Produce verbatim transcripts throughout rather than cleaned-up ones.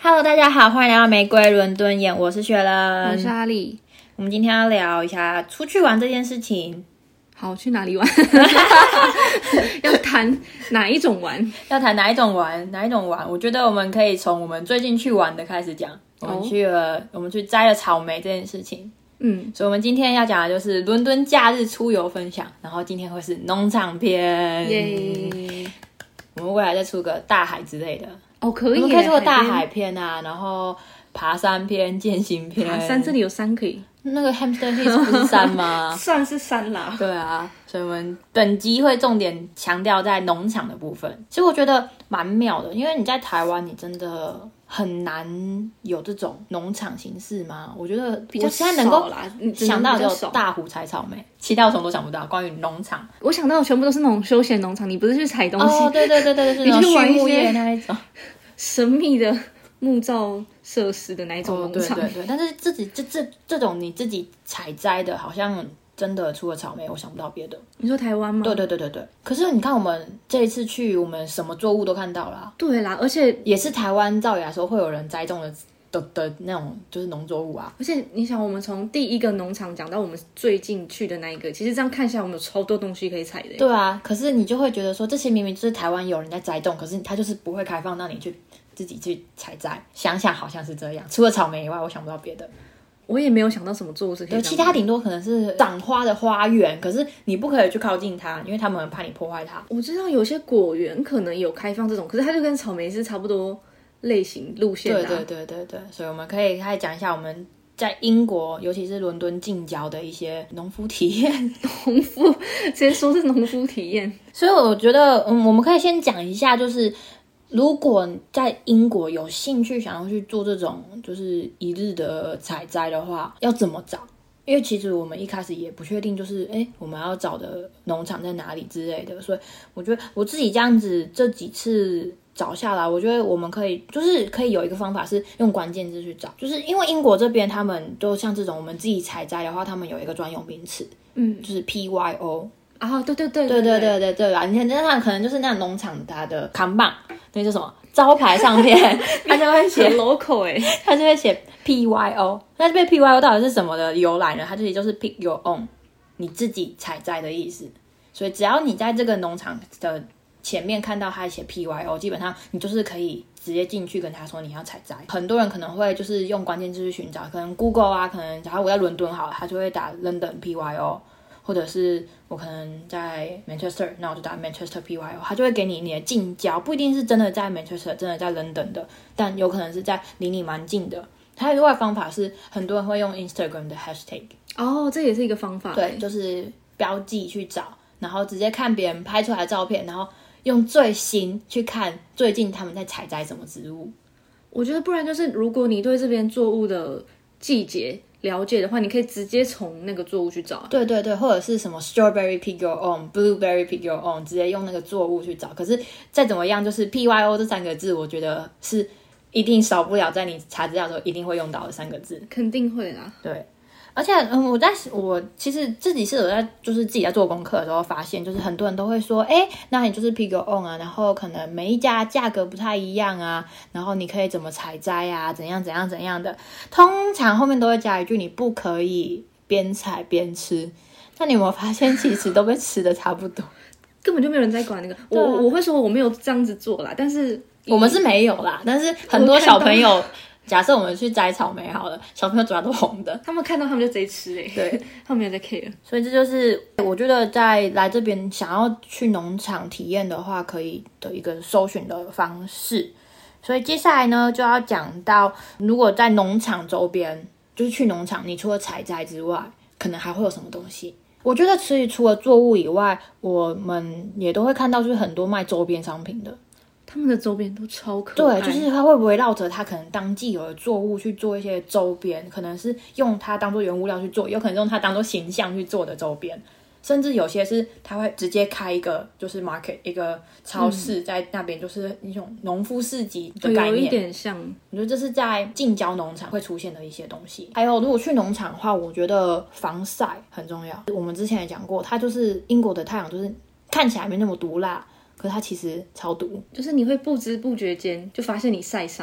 Hello， 大家好，欢迎来到玫瑰伦敦眼，我是雪人， 我是阿丽。 我们今天要聊一下出去玩这件事情。 好，去哪里玩？要谈哪一种玩？ 要谈哪一种玩？哪一种玩？我觉得我们可以从我们最近去玩的开始讲。我们去了，哦、我们去摘了草莓这件事情。嗯，所以我们今天要讲的就是伦敦假日出游分享，然后今天会是农场篇。耶！我们未来再出个大海之类的。 哦，可以耶， 我们可以出个大海篇啊，然后爬山篇、健行篇。 爬山这里有山可以。 那个 Hampstead Heath 不是山吗？ 算是山啦。 对啊，所以我们本集会重点强调在农场的部分。其实我觉得蛮妙的，因为你在台湾，你真的很难有这种农场形式吗？我觉得比较现在能够想到只有大湖采草莓，其他我什么都想不到。关于农场， 我想到的全部都是那种休闲农场，你不是去采东西？ 哦，对对对对对， 你去玩畜牧业那一种神秘的木造设施的那一种农场。 哦、对对对，但是自己这这这种你自己采摘的，好像真的除了草莓，我想不到别的。 你说台湾吗？ 对对对对对。可是你看，我们这一次去，我们什么作物都看到了。 对啦，而且也是台湾照理来说会有人栽种的的的那种，就是农作物啊。 而且你想，我们从第一个农场讲到我们最近去的那一个，其实这样看下来，我们有超多东西可以采的。 对啊，可是你就会觉得说，这些明明就是台湾有人在栽种，可是它就是不会开放让你去自己去采摘。想想好像是这样，除了草莓以外，我想不到别的。 我也没有想到什么作物是可以。 对，其他顶多可能是长花的花园，可是你不可以去靠近它，因为他们很怕你破坏它。 我知道有些果园可能有开放这种，可是它就跟草莓是差不多类型路线的、啊。 对对对对对，所以我们可以开始讲一下我们在英国，尤其是伦敦近郊的一些农夫体验。 农夫直接说是农夫体验， 所以我觉得，嗯，我们可以先讲一下，就是如果在英国有兴趣想要去做这种就是一日的采摘的话，要怎么找？因为其实我们一开始也不确定，就是哎，我们要找的农场在哪里之类的，所以我觉得我自己这样子这几次找下来，我觉得我们可以就是可以有一个方法是用关键字去找，就是因为英国这边他们都像这种我们自己采摘的话，他们有一个专用名词，嗯，就是 P Y O。 啊，对对对对对对对对吧？你看，那它可能就是那种农场它的扛棒，那叫什么招牌上面，它就会写 local 哎、欸， 它就会写 P Y O。那这边 P Y O 到底是什么的由来呢？它这里就是 Pick Your Own， 你自己采摘的意思。所以只要你在这个农场的前面看到它写 P Y O， 基本上你就是可以直接进去跟他说你要采摘。很多人可能会就是用关键字去寻找，可能 Google 啊，可能假如我在伦敦好了，他就会打 London P Y O。或者是我可能在 Manchester， 那我就打 Manchester P Y O， 它就会给你你的近郊，不一定是真的在 Manchester， 真的在 London 的，但有可能是在离你蛮近的。还有另外方法是，很多人会用 Instagram 的 hashtag， 哦，这也是一个方法。 对，就是标记去找，然后直接看别人拍出来的照片，然后用最新去看最近他们在采摘什么植物。 我觉得不然就是，如果你对这边作物的季节了解的话，你可以直接从那个作物去找。 对对对，或者是什么 strawberry pick your own， blueberry pick your own， 直接用那个作物去找。可是再怎么样，就是 P Y O 这三个字，我觉得是一定少不了在你查资料的时候一定会用到的三个字。 肯定会啦。 对。而且，嗯，我在我其实自己是有在就是自己在做功课的时候发现，就是很多人都会说，哎，那你就是 pick your own 啊，然后可能每一家价格不太一样啊，然后你可以怎么采摘啊，怎样怎样怎样的，通常后面都会加一句，你不可以边采边吃。那你有没有发现，其实都被吃的差不多， 根本就没有人在管那个。我我会说我没有这样子做啦，但是我们是没有啦，但是很多小朋友。假设我们去摘草莓好了，小朋友嘴巴都红的， 他们看到他们就直接吃哎、欸， 对， 他们没有在 care。 所以这就是我觉得在来这边想要去农场体验的话，可以的一个搜寻的方式。所以接下来呢，就要讲到如果在农场周边，就是去农场，你除了采摘之外，可能还会有什么东西？我觉得其实除了作物以外，我们也都会看到就是很多卖周边商品的。 他们的周边都超可爱， 对，就是他会围绕着他可能当季有的作物去做一些周边，可能是用它当做原物料去做，有可能用它当做形象去做的周边，甚至有些是他会直接开一个就是 market 一个超市、嗯、在那边，就是一种农夫市集的概念， 有一点像。 我觉得这是在近郊农场会出现的一些东西。还有如果去农场的话，我觉得防晒很重要。我们之前也讲过，它就是英国的太阳就是看起来没那么毒辣，可是它其实超毒， 就是你会不知不觉间就发现你晒伤了。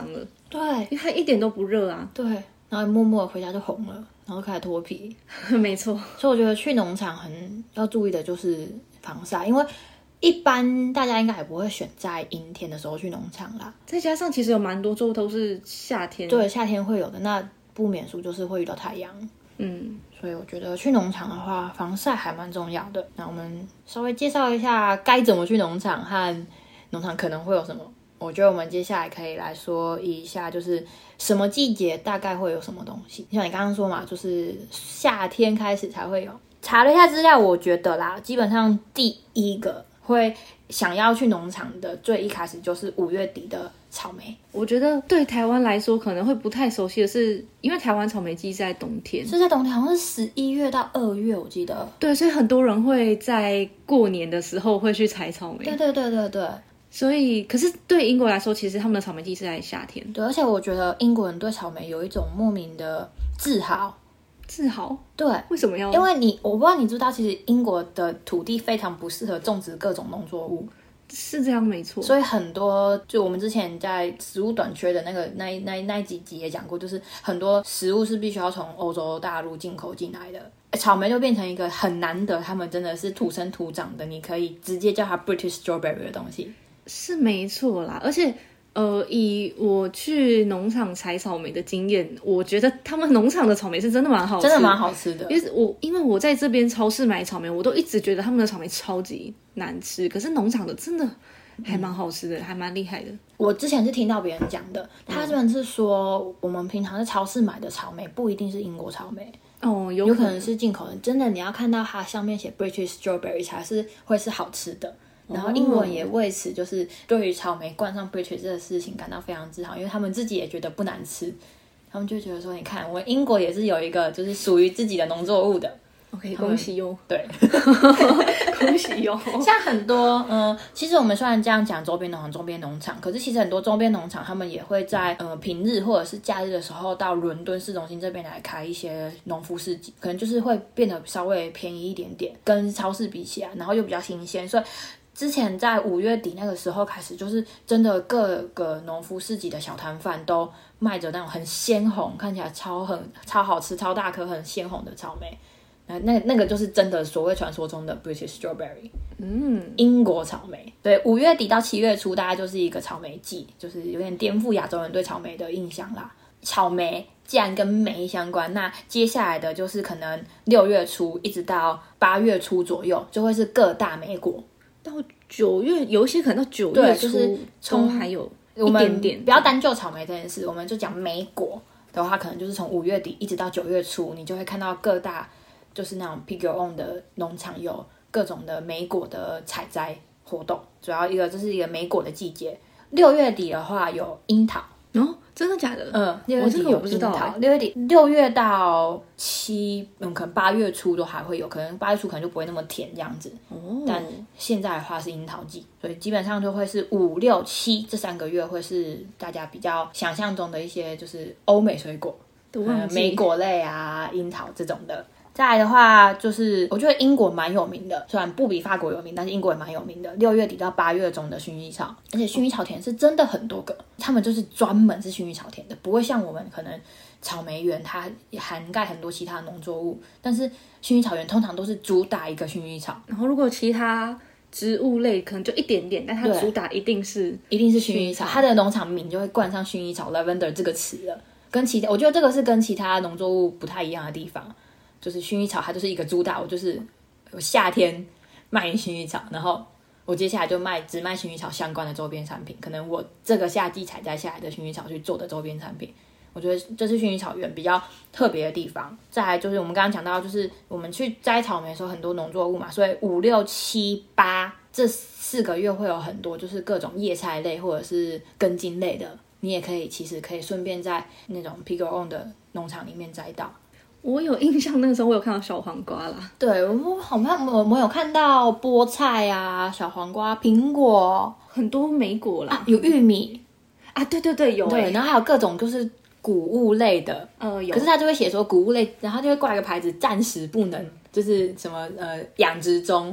对， 因为它一点都不热啊。 对，然后默默的回家就红了，然后开始脱皮。 没错， 所以我觉得去农场很要注意的就是防晒，因为一般大家应该也不会选在阴天的时候去农场啦。 再加上其实有蛮多州都是夏天， 对，夏天会有的，那不免俗就是会遇到太阳。 嗯， 所以我觉得去农场的话，防晒还蛮重要的。那我们稍微介绍一下该怎么去农场和农场可能会有什么。我觉得我们接下来可以来说一下，就是什么季节大概会有什么东西。像你刚刚说嘛，就是夏天开始才会有。查了一下资料，我觉得啦，基本上第一个会想要去农场的，最一开始就是五月底的草莓。 我觉得对台湾来说可能会不太熟悉的是，因为台湾草莓季是在冬天， 是在冬天，好像是十一月到二月，我记得。 对，所以很多人会在过年的时候会去采草莓。 对对对对对。 所以，可是对英国来说，其实他们的草莓季是在夏天。 对，而且我觉得英国人对草莓有一种莫名的自豪。 自豪？ 对， 为什么要？ 因为你，我不知道你知道，其实英国的土地非常不适合种植各种农作物。 是这样没错， 所以很多就我们之前在食物短缺的那个那那那几集也讲过，就是很多食物是必须要从欧洲大陆进口进来的。草莓就变成一个很难得，他们真的是土生土长的，你可以直接叫它 British Strawberry 的东西。 是没错啦，而且呃，以我去农场采草莓的经验，我觉得他们农场的草莓是真的蛮好吃的， 真的蛮好吃的。 因为我因为我在这边超市买草莓，我都一直觉得他们的草莓超级难吃，可是农场的真的还蛮好吃的，嗯、还蛮厉害的。 我之前是听到别人讲的，他们是说我们平常在超市买的草莓不一定是英国草莓。 哦，有有可能是进口的，真的你要看到它上面写 British Strawberry 才是会是好吃的。然后英国人也为此就是对于草莓冠上 British 这个事情感到非常自豪，因为他们自己也觉得不难吃，他们就觉得说，你看我们英国也是有一个就是属于自己的农作物的。 OK， 恭喜哟！ 对， 恭喜哟！ 像很多，嗯，其实我们虽然这样讲周边农场、周边农场，可是其实很多周边农场他们也会在呃平日或者是假日的时候到伦敦市中心这边来开一些农夫市集，可能就是会变得稍微便宜一点点，跟超市比起来，然后又比较新鲜，所以之前在五月底那个时候开始，就是真的各个农夫市集的小摊贩都卖着那种很鲜红，看起来超很超好吃、超大颗、很鲜红的草莓。那那那个就是真的所谓传说中的 British Strawberry， 嗯，英国草莓。对，五月底到七月初大概就是一个草莓季，就是有点颠覆亚洲人对草莓的印象啦。草莓既然跟莓相关，那接下来的就是可能六月初一直到八月初左右，就会是各大莓果。 到九月，有一些可能到九月初，就是从还有一点点。 不要单就草莓这件事，我们就讲莓果的话，可能就是从五月底一直到九月初，你就会看到各大就是那种 Pick Your Own 的农场有各种的莓果的采摘活动。主要一个这是一个莓果的季节。六月底的话有樱桃。 哦，真的假的？ 嗯，六月底有樱桃。六月底，六月到七，嗯，可能八月初都还会有，可能八月初可能就不会那么甜这样子。哦。但现在的话是樱桃季，所以基本上就会是五六七这三个月会是大家比较想象中的一些就是欧美水果，呃，莓果类啊，樱桃这种的。再来的话，就是我觉得英国蛮有名的，虽然不比法国有名，但是英国也蛮有名的。六月底到八月中的薰衣草，而且薰衣草田是真的很多个，他们就是专门是薰衣草田的，不会像我们可能草莓园它也涵盖很多其他农作物，但是薰衣草园通常都是主打一个薰衣草， 然后如果其他植物类可能就一点点，但它主打一定是一定是薰衣草，它的农场名就会冠上薰衣草 lavender 这个词了。跟其他，我觉得这个是跟其他农作物不太一样的地方。就是薰衣草，它就是一个主打，我就是我夏天卖薰衣草，然后我接下来就卖只卖薰衣草相关的周边产品，可能我这个夏季采摘下来的薰衣草去做的周边产品，我觉得这是薰衣草园比较特别的地方。再来就是我们刚刚讲到，就是我们去摘草莓的时候，很多农作物嘛，所以五六七八这四个月会有很多就是各种叶菜类或者是根茎类的，你也可以其实可以顺便在那种 Pick Your Own 的农场里面摘到。 我有印象，那个时候我有看到小黄瓜啦。 对，我好像我我有看到菠菜啊、小黄瓜、苹果， 很多莓果啦， 啊、有玉米啊，对对对，有、欸。 对，然后还有各种就是谷物类的， 呃，有。 可是他就会写说谷物类，然后就会挂一个牌子，暂时不能，就是什么呃养殖中，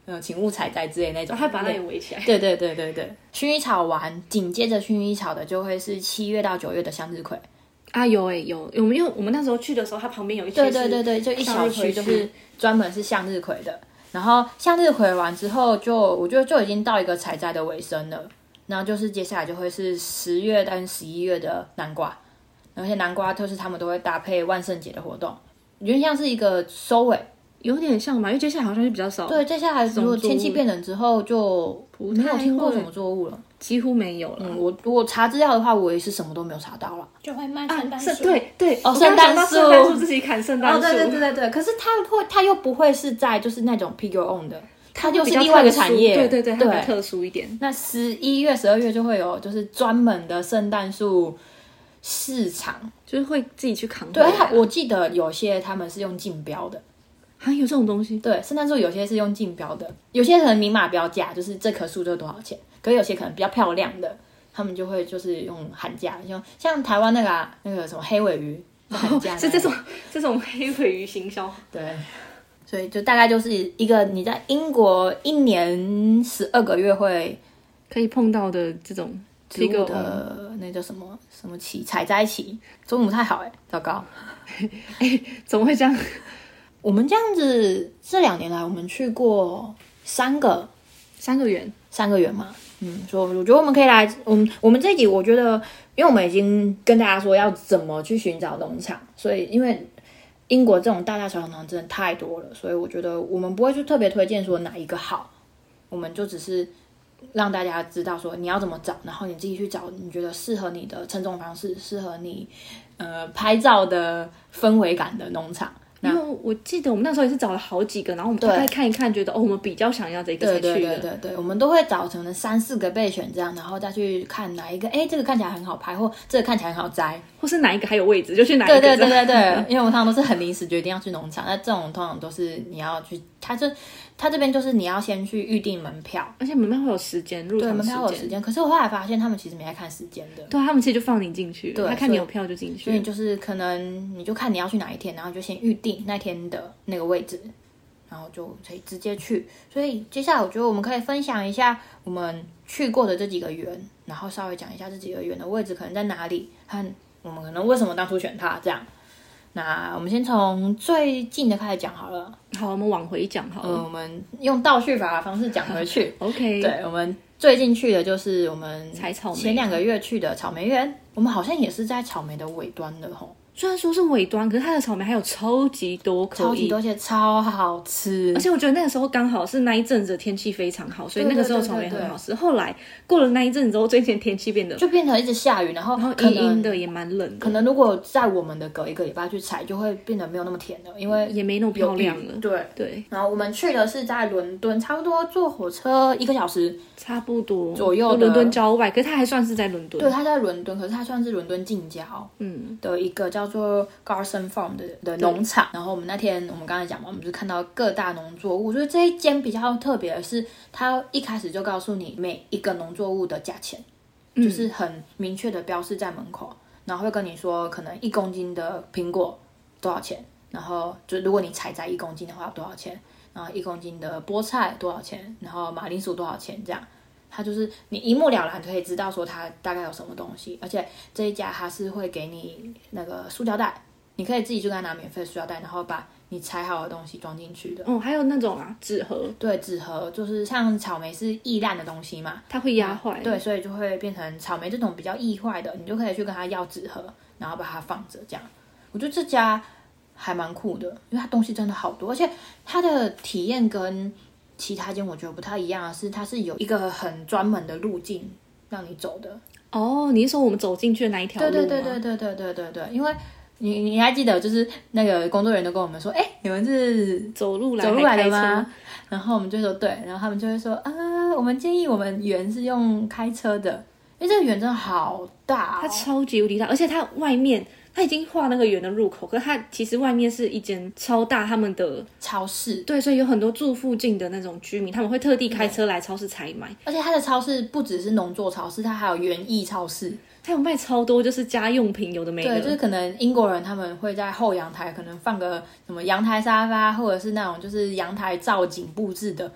呃请勿采摘之类那种， 还把那里围起来。 对对对对对，薰衣草完，紧接着薰衣草的就会是七月到九月的向日葵。 啊，有诶、欸、有，我们因为我们那时候去的时候，它旁边有一区， 对对对对，就一小区就是专门是向日葵的。然后向日葵完之后就，我觉得就已经到一个采摘的尾声了。然后就是接下来就会是十月跟十一月的南瓜，而且南瓜就是他们都会搭配万圣节的活动，有点像是一个收尾。 有点像吧，因为接下来好像是比较少。 对，接下来如果天气变冷之后，就没有听过什么作物了， 几乎没有了。 嗯，我我查资料的话，我也是什么都没有查到了， 就会卖圣诞树。 啊、对对， 哦，圣诞树， 圣诞树自己砍圣诞树。 哦，对对对对对。可是它会，它又不会是在就是那种 pick your own 的，它就是另外一个产业。 对对对，它比较特殊一点。 那十一月、十二月就会有就是专门的圣诞树市场， 就是会自己去扛回来。 对，我记得有些他们是用竞标的。 啊，有这种东西？ 对，圣诞树有些是用竞标的，有些可能明码标价，就是这棵树就多少钱。可是有些可能比较漂亮的，他们就会就是用喊价，像像台湾那个、啊、那个什么黑尾鱼喊价、 哦，是这种这种黑尾鱼行销。 对，所以就大概就是一个你在英国一年十二个月会可以碰到的这种植物的那叫什么什么期采摘期，中文不太好哎，糟糕， 哎，怎么会这样？ 我们这样子这两年来，我们去过三个三个园， 三个园嘛，嗯，所以我觉得我们可以来，我们我们这一集我觉得，因为我们已经跟大家说要怎么去寻找农场，所以因为英国这种大大小小农场真的太多了，所以我觉得我们不会去特别推荐说哪一个好，我们就只是让大家知道说你要怎么找，然后你自己去找你觉得适合你的称重方式，适合你呃拍照的氛围感的农场。 因为我记得我们那时候也是找了好几个，然后我们大概看一看，觉得哦，我们比较想要这个才去的。 对对对对对，我们都会找可能三四个备选这样，然后再去看哪一个，哎，这个看起来很好拍，或这个看起来很好摘， 或是哪一个还有位置就去哪一个。 对对对对对，因为我们通常都是很临时决定要去农场，那这种通常都是你要去，它这它这边就是你要先去预定门票， 而且门票会有时间，入场对门票会有时间。可是我后来发现他们其实没在看时间的， 对他们其实就放你进去， 对， 他看你有票就进去， 所以就是可能你就看你要去哪一天，然后就先预定那天的那个位置，然后就可以直接去。所以接下来我觉得我们可以分享一下我们去过的这几个园，然后稍微讲一下这几个园的位置可能在哪里，和我们可能为什么当初选它这样。那我们先从最近的开始讲好了。 好，我们往回讲好了。 嗯，我们用倒叙法的方式讲回去。 OK。 对，我们最近去的就是我们采草莓前两个月去的草莓园，我们好像也是在草莓的尾端的吼。 虽然说是尾端，可是它的草莓还有超级多可以， 超级多，而且超好吃。 而且我觉得那个时候刚好是那一阵子的天气非常好，所以那个时候草莓很好吃。后来过了那一阵子之后，最近天气变得就变成一直下雨，然后然后阴阴的也蛮冷的。 可能如果在我们的隔一个礼拜去采，就会变得没有那么甜了，因为也没那么漂亮了。 对对。 然后我们去的是在伦敦，差不多坐火车一个小时， 差不多左右的伦敦郊外，可是它还算是在伦敦。 对，它在伦敦，可是它算是伦敦近郊，嗯，的一个叫做 Garson Farm 的的农场。然后我们那天我们刚才讲嘛，我们就看到各大农作物。我觉得这一间比较特别的是，它一开始就告诉你每一个农作物的价钱，嗯、就是很明确的标示在门口，然后会跟你说可能一公斤的苹果多少钱，然后就如果你采摘一公斤的话多少钱，然后一公斤的菠菜多少钱，然后马铃薯多少钱这样。它就是你一目了然可以知道说它大概有什么东西，而且这一家它是会给你那个塑胶袋，你可以自己去跟他拿免费的塑胶袋，然后把你采好的东西装进去的。 哦，还有那种啊纸盒， 对，纸盒就是像草莓是易烂的东西嘛， 它会压坏， 对，所以就会变成草莓这种比较易坏的，你就可以去跟他要纸盒，然后把它放着这样。我觉得这家还蛮酷的，因为它东西真的好多，而且它的体验跟其他间我觉得不太一样的是，它是有一个很专门的路径让你走的。 哦，你是说我们走进去的那一条路吗？ 对对对对对对对对对，因为你你还记得，就是那个工作人员都跟我们说，哎，你们是走路来走路来的吗？然后我们就说对，然后他们就会说啊，我们建议我们园是用开车的，因为这个园真的好大、哦， 它超级无敌大，而且它外面。他已经画那个园的入口，可是它其实外面是一间超大他们的超市， 对，所以有很多住附近的那种居民，他们会特地开车来超市采买。 而且它的超市不只是农作超市，它还有园艺超市， 它有卖超多就是家用品，有的没的。 对，就是可能英国人他们会在后阳台可能放个什么阳台沙发，或者是那种就是阳台造景布置的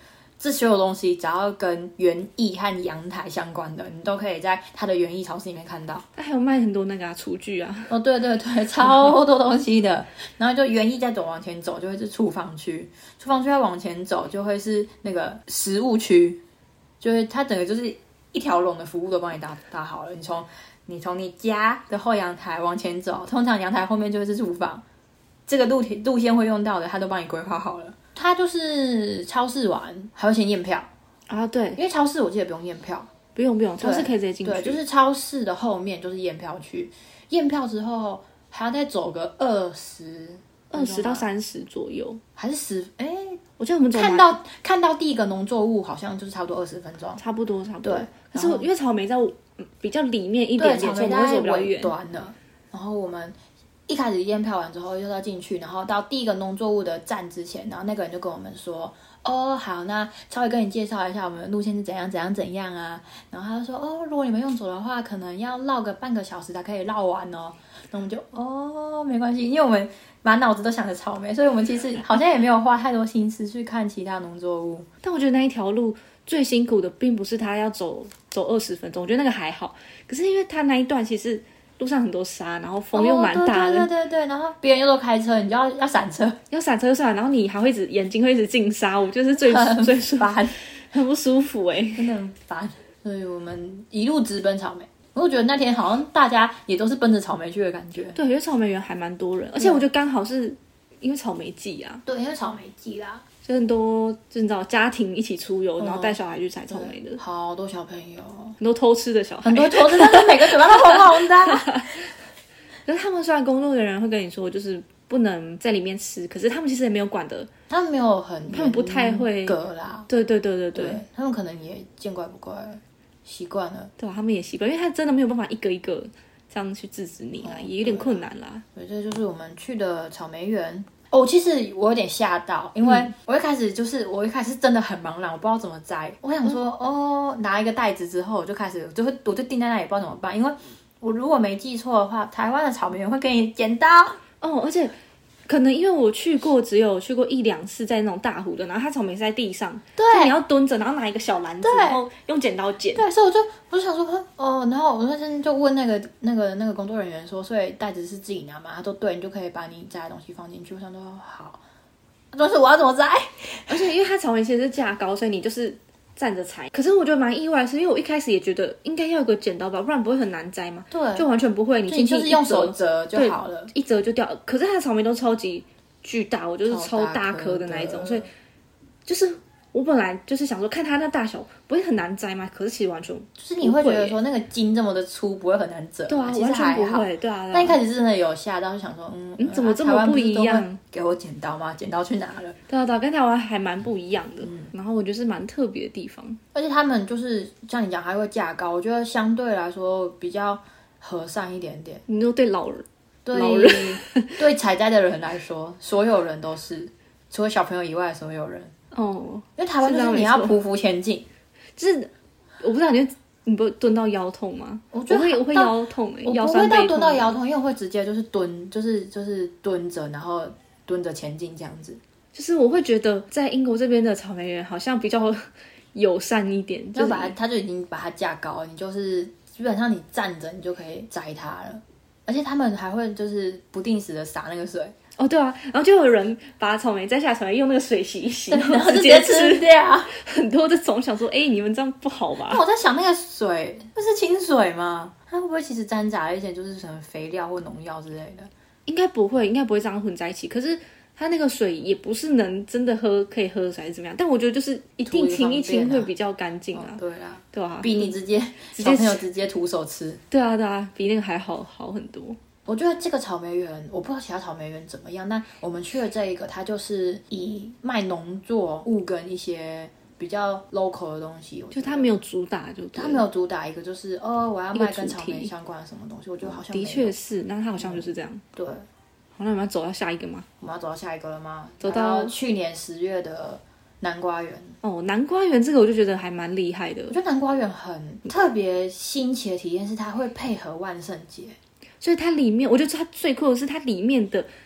这所有东西只要跟园艺和阳台相关的，你都可以在它的园艺超市里面看到。 它还有卖很多那个、啊、厨具啊。 哦，对对对，超多东西的。然后就园艺再走往前走，就会是厨房区，厨房区再往前走就会是那个食物区，就是它整个就是一条龙的服务都帮你搭搭好了。你从你从你家的后阳台往前走，通常阳台后面就会是厨房，这个路路线会用到的，它都帮你规划好了。它就是超市玩还会先验票啊，对， 因为超市我记得不用验票， 不用不用，超市可以直接进去。 对，就是超市的后面就是验票区，验票之后还要再走个二十二十到三十左右， 还是十？哎， 我记得我们走看到看到第一个农作物好像就是差不多二十分钟， 差不多差不多。 对， 可是因为草莓在比较里面一点点，所以我们会走比较远。 端的，然后我们。一开始验票完之后又要进去，然后到第一个农作物的站之前，然后那个人就跟我们说，哦好，那稍微跟你介绍一下我们的路线是怎样怎样怎样啊，然后他就说，哦如果你们用走的话可能要绕个半个小时才可以绕完哦，那我们就哦没关系，因为我们满脑子都想着草莓，所以我们其实好像也没有花太多心思去看其他农作物。 但我觉得那一条路最辛苦的并不是他要走走二十分钟，我觉得那个还好，可是因为他那一段其实路上很多沙，然后风又蛮大的， 哦、对对对对，然后别人又都开车，你就要要闪车， 要闪车算了，然后你还会一直眼睛会一直进沙，我就是最最烦， 很不舒服哎、欸， 真的很烦。所以我们一路直奔草莓，我觉得那天好像大家也都是奔着草莓去的感觉。 对，因为草莓园还蛮多人，而且我觉得刚好是因为草莓季啊， 对，因为草莓季啦。 就很多，就你知道家庭一起出游，然后带小孩去采草莓的， 好多小朋友， 很多偷吃的小孩， 很多偷吃，但是每个嘴巴都红红的。 可是他们虽然工作的人会跟你说，就是不能在里面吃，可是他们其实也没有管的， 他们没有很， 他们不太会隔啦。 对对对对 对, 对，他们可能也见怪不怪，习惯了。 对吧？他们也习惯，因为他真的没有办法一个一个这样去制止你啦，哦、也有点困难啦。 对，这就是我们去的草莓园。哦，其实我有点吓到，因为我一开始就是我一开始真的很茫然，我不知道怎么摘。我想说，嗯、哦，拿一个袋子之后，我就开始就会我就定在那里，不知道怎么办。因为我如果没记错的话，台湾的草莓园会给你剪刀。 哦，而且可能因为我去过，只有去过一两次在那种大湖的，然后它草莓是在地上， 对， 你要蹲着，然后拿一个小篮子，然后用剪刀剪。 对，所以我就我就想说，哦，然后我那天就问那个那个那个工作人员说，所以袋子是自己拿吗？他说对，你就可以把你摘的东西放进去。我想说好。但是我要怎么摘？ 而且因为它草莓其实是架高，所以你就是站着采。可是我觉得蛮意外的是，因为我一开始也觉得应该要有个剪刀吧，不然不会很难摘嘛。 对， 就完全不会，你轻轻就是用手折就好了， 一折就掉。可是它的草莓都超级巨大，我就是超大颗的那一种，所以就是我本来就是想说，看它那大小不会很难摘吗？可是其实完全就是你会觉得说那个筋这么的粗，不会很难折。 对啊， 其实还好， 完全不会。对啊， 但一开始是真的有吓到，就想说，嗯， 你、嗯、怎么这么不一样？ 给我剪刀吗？剪刀去哪了？ 对啊，对啊，跟台湾还蛮不一样的。嗯、然后我觉得是蛮特别的地方， 而且他们就是像你讲还会架高，我觉得相对来说比较和善一点点。 你说对老人， 对老人对采摘的人来说，所有人都是，除了小朋友以外的所有人。 哦， 因为台湾就是你要匍匐前进， 就是我不知道你你不会蹲到腰痛吗？ 我觉得我会我会腰痛、欸， 我不会到蹲到腰痛，因为我会直接就是蹲，就是就是蹲着，然后蹲着前进这样子。 就是我会觉得在英国这边的草莓园好像比较友善一点， 就把它它就已经把它架高了，你就是基本上你站着你就可以摘它了，而且他们还会就是不定时的洒那个水。 哦，对啊，然后就有人把草莓摘下草莓用那个水洗一洗， 然后直接吃掉。 很多这种想说，哎、欸，你们这样不好吧？ 那我在想，那个水那是清水吗？它会不会其实掺杂了一些就是什么肥料或农药之类的？ 应该不会，应该不会这样混在一起。可是它那个水也不是能真的喝可以喝还是怎么样？但我觉得就是一定清一清会比较干净啊。 哦、对啊，对啊， 比你直接小朋友直接徒手吃， 对啊对啊，比那个还好好很多。 我觉得这个草莓园，我不知道其他草莓园怎么样，但我们去的这一个，它就是以卖农作物跟一些比较 local 的东西， 就它没有主打就对， 它没有主打一个就是哦，我要卖跟草莓相关的什么东西，我觉得好像的确是，那它好像就是这样。嗯、 对， 好，那我们要走到下一个吗？ 我们要走到下一个了吗？ 走到去年十月的南瓜园。 哦，南瓜园这个我就觉得还蛮厉害的。 我觉得南瓜园很特别新奇的体验是它会配合万圣节。 所以它里面，我觉得它最酷的是它里面的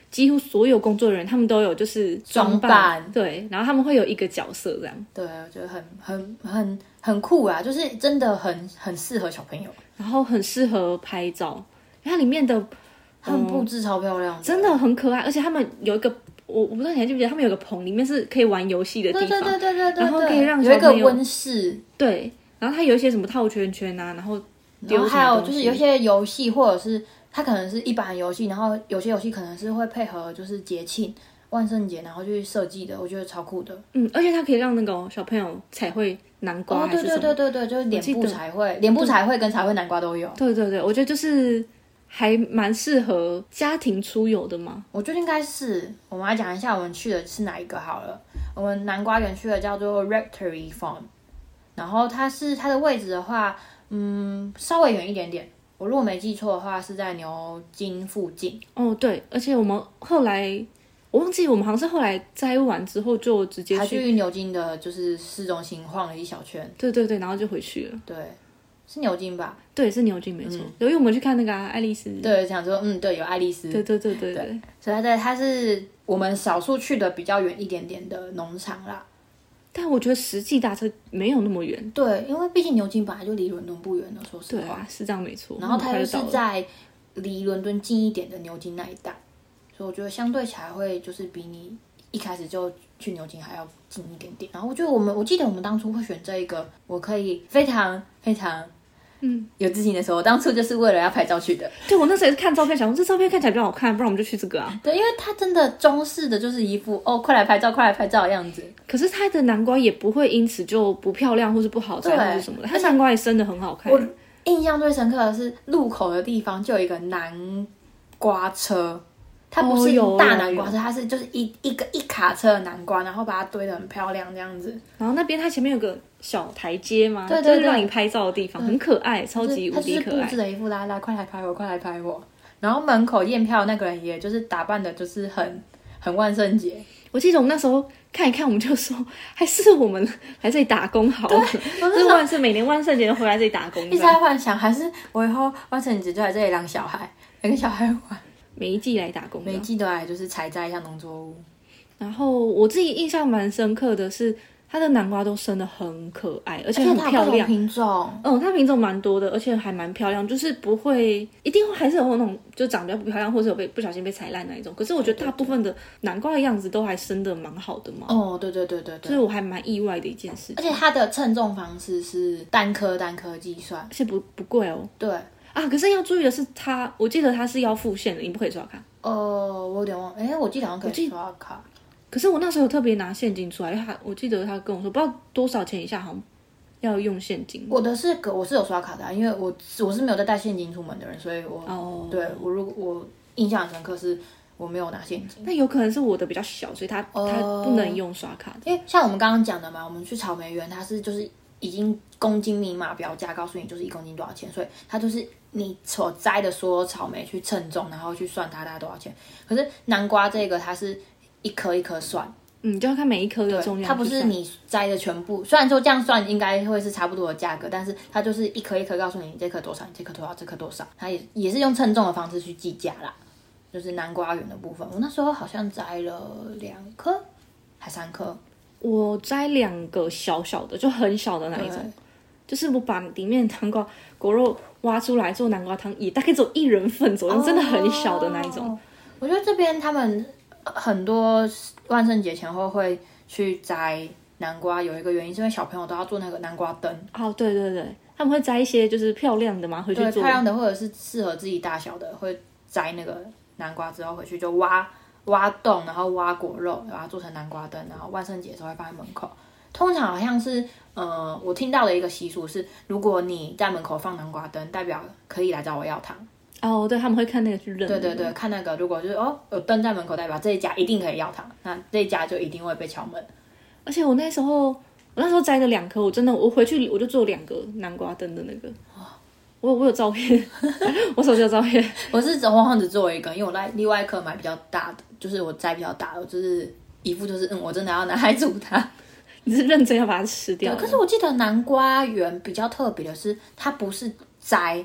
几乎所有工作人员他们都有就是装扮， 装扮对，然后他们会有一个角色这样。 对，我觉得很很很很酷啊，就是真的很很适合小朋友， 然后很适合拍照，因为它里面的他们布置超漂亮的， 真的很可爱，而且他们有一个。我我不知道你还记不记得，他们有个棚，里面是可以玩游戏的地方， 对对对对对对， 然后可以让有一个小朋友温室， 对，然后它有一些什么套圈圈啊，然后然后还有就是有一些游戏，或者是它可能是一般游戏，然后有些游戏可能是会配合就是节庆、万圣节，然后去设计的，我觉得超酷的。 嗯，而且它可以让那个小朋友彩绘南瓜哦，对对对对对，就是脸部彩绘，脸部彩绘跟彩绘南瓜都有。 对对对，我觉得就是还蛮适合家庭出游的嘛。 我觉得应该是，我们来讲一下我们去的是哪一个好了。我们南瓜园区的叫做 Rectory Farm， 然后它是它的位置的话，嗯，稍微远一点点。我如果没记错的话，是在牛津附近。 哦，对，而且我们后来我忘记我们好像是后来摘完之后就直接还去牛津的，就是市中心晃了一小圈。 对对对，然后就回去了。 对，是牛津吧？ 对，是牛津没错。因为我们去看那个啊爱丽丝， 对，想说嗯，对，有爱丽丝。 对对对对对， 对所以它在它是我们少数去的比较远一点点的农场啦。 但我觉得实际搭车没有那么远。 对，因为毕竟牛津本来就离伦敦不远了，说实话。 对啊，是这样没错。 然后它又是在离伦敦近一点的牛津那一带，所以我觉得相对起来会就是比你一开始就去牛津还要近一点点。然后我觉得我们，我记得我们当初会选这一个，我可以非常非常。嗯，有自信的时候，我当初就是为了要拍照去的。 对，我那时候也是看照片，想说这照片看起来比较好看，不然我们就去这个啊。 对，因为它真的中式的就是一副哦，快来拍照，快来拍照的样子。 可是它的南瓜也不会因此就不漂亮，或是不好摘，或是什么的。它南瓜也生得很好看。 我印象最深刻的是路口的地方就有一个南瓜车。它不是大南瓜车，它是就是一一个一卡车的南瓜，然后把它堆得很漂亮这样子。 然后那边它前面有个小台阶嘛， 对对对， 就是让你拍照的地方，很可爱，超级无敌可爱。 它就是布置的一副来来，快来拍我，快来拍我。然后门口验票的那个人，也就是打扮的，就是很很万圣节。 我记得我们那时候看一看，我们就说，还是我们来这里打工好了。就是万圣每年万圣节都回来这里打工。 一直在幻想，还是我以后万圣节就来这里当小孩，来跟小孩玩。 每一季来打工， 每一季都来就是采摘一下农作物。 然后我自己印象蛮深刻的是，它的南瓜都生得很可爱，而且很漂亮。 品种， 嗯，它品种蛮多的，而且还蛮漂亮，就是不会一定会还是有那种就长得比较不漂亮，或者有被不小心被踩烂那一种。可是我觉得大部分的南瓜的样子都还生得蛮好的嘛。 哦，对对对对对， 所以我还蛮意外的一件事情。 而且它的称重方式是单颗单颗计算， 而且不不贵哦。 对。 啊，可是要注意的是它，它我记得它是要付现的，你不可以刷卡。 哦，我有点忘，哎，我记得好像可以刷卡。 可是我那时候有特别拿现金出来，因为他我记得他跟我说，不知道多少钱以下好像要用现金。 我的是我是有刷卡的、啊，因为我我是没有在带现金出门的人，所以我哦，对我如果我印象很深刻是我没有拿现金。 那有可能是我的比较小，所以他、哦、他不能用刷卡的。 因为像我们刚刚讲的嘛，我们去草莓园，它是就是已经公斤明码标价告诉你就是一公斤多少钱，所以它就是你所摘的所有草莓去称重，然后去算它大概多少钱。可是南瓜这个它是一颗一颗算， 嗯，就要看每一颗的重量。 它不是你摘的全部，虽然说这样算应该会是差不多的价格，但是它就是一颗一颗告诉你这颗多少，你这颗多少，这颗多少，它也也是用称重的方式去计价啦。就是南瓜园的部分，我那时候好像摘了两颗还三颗。 我摘两个小小的，就很小的那一种，就是我把里面的南瓜果肉挖出来做南瓜汤，也大概只有一人份左右，哦、真的很小的那一种。 我觉得这边他们很多万圣节前后会去摘南瓜，有一个原因是因为小朋友都要做那个南瓜灯。 哦，对对对，他们会摘一些就是漂亮的嘛，回去做。 对，漂亮的或者是适合自己大小的，会摘那个南瓜之后回去就挖。挖洞，然后挖果肉，然后做成南瓜灯，然后万圣节的时候会放在门口。通常好像是，呃，我听到的一个习俗是，如果你在门口放南瓜灯，代表可以来找我要糖。 哦，对，他们会看那个去认。 对对对，看那个，如果就是哦有灯在门口，代表这一家一定可以要糖，那这一家就一定会被敲门。 而且我那时候，我那时候摘了两颗，我真的，我回去我就做两个南瓜灯的那个。我我有照片，我手机有照片。 我是往往只做一个，因为我来另外一颗买比较大的，就是我摘比较大的，就是一副就是嗯，我真的要拿来煮它。 你是认真要把它吃掉？ 可是我记得南瓜园比较特别的是，它不是摘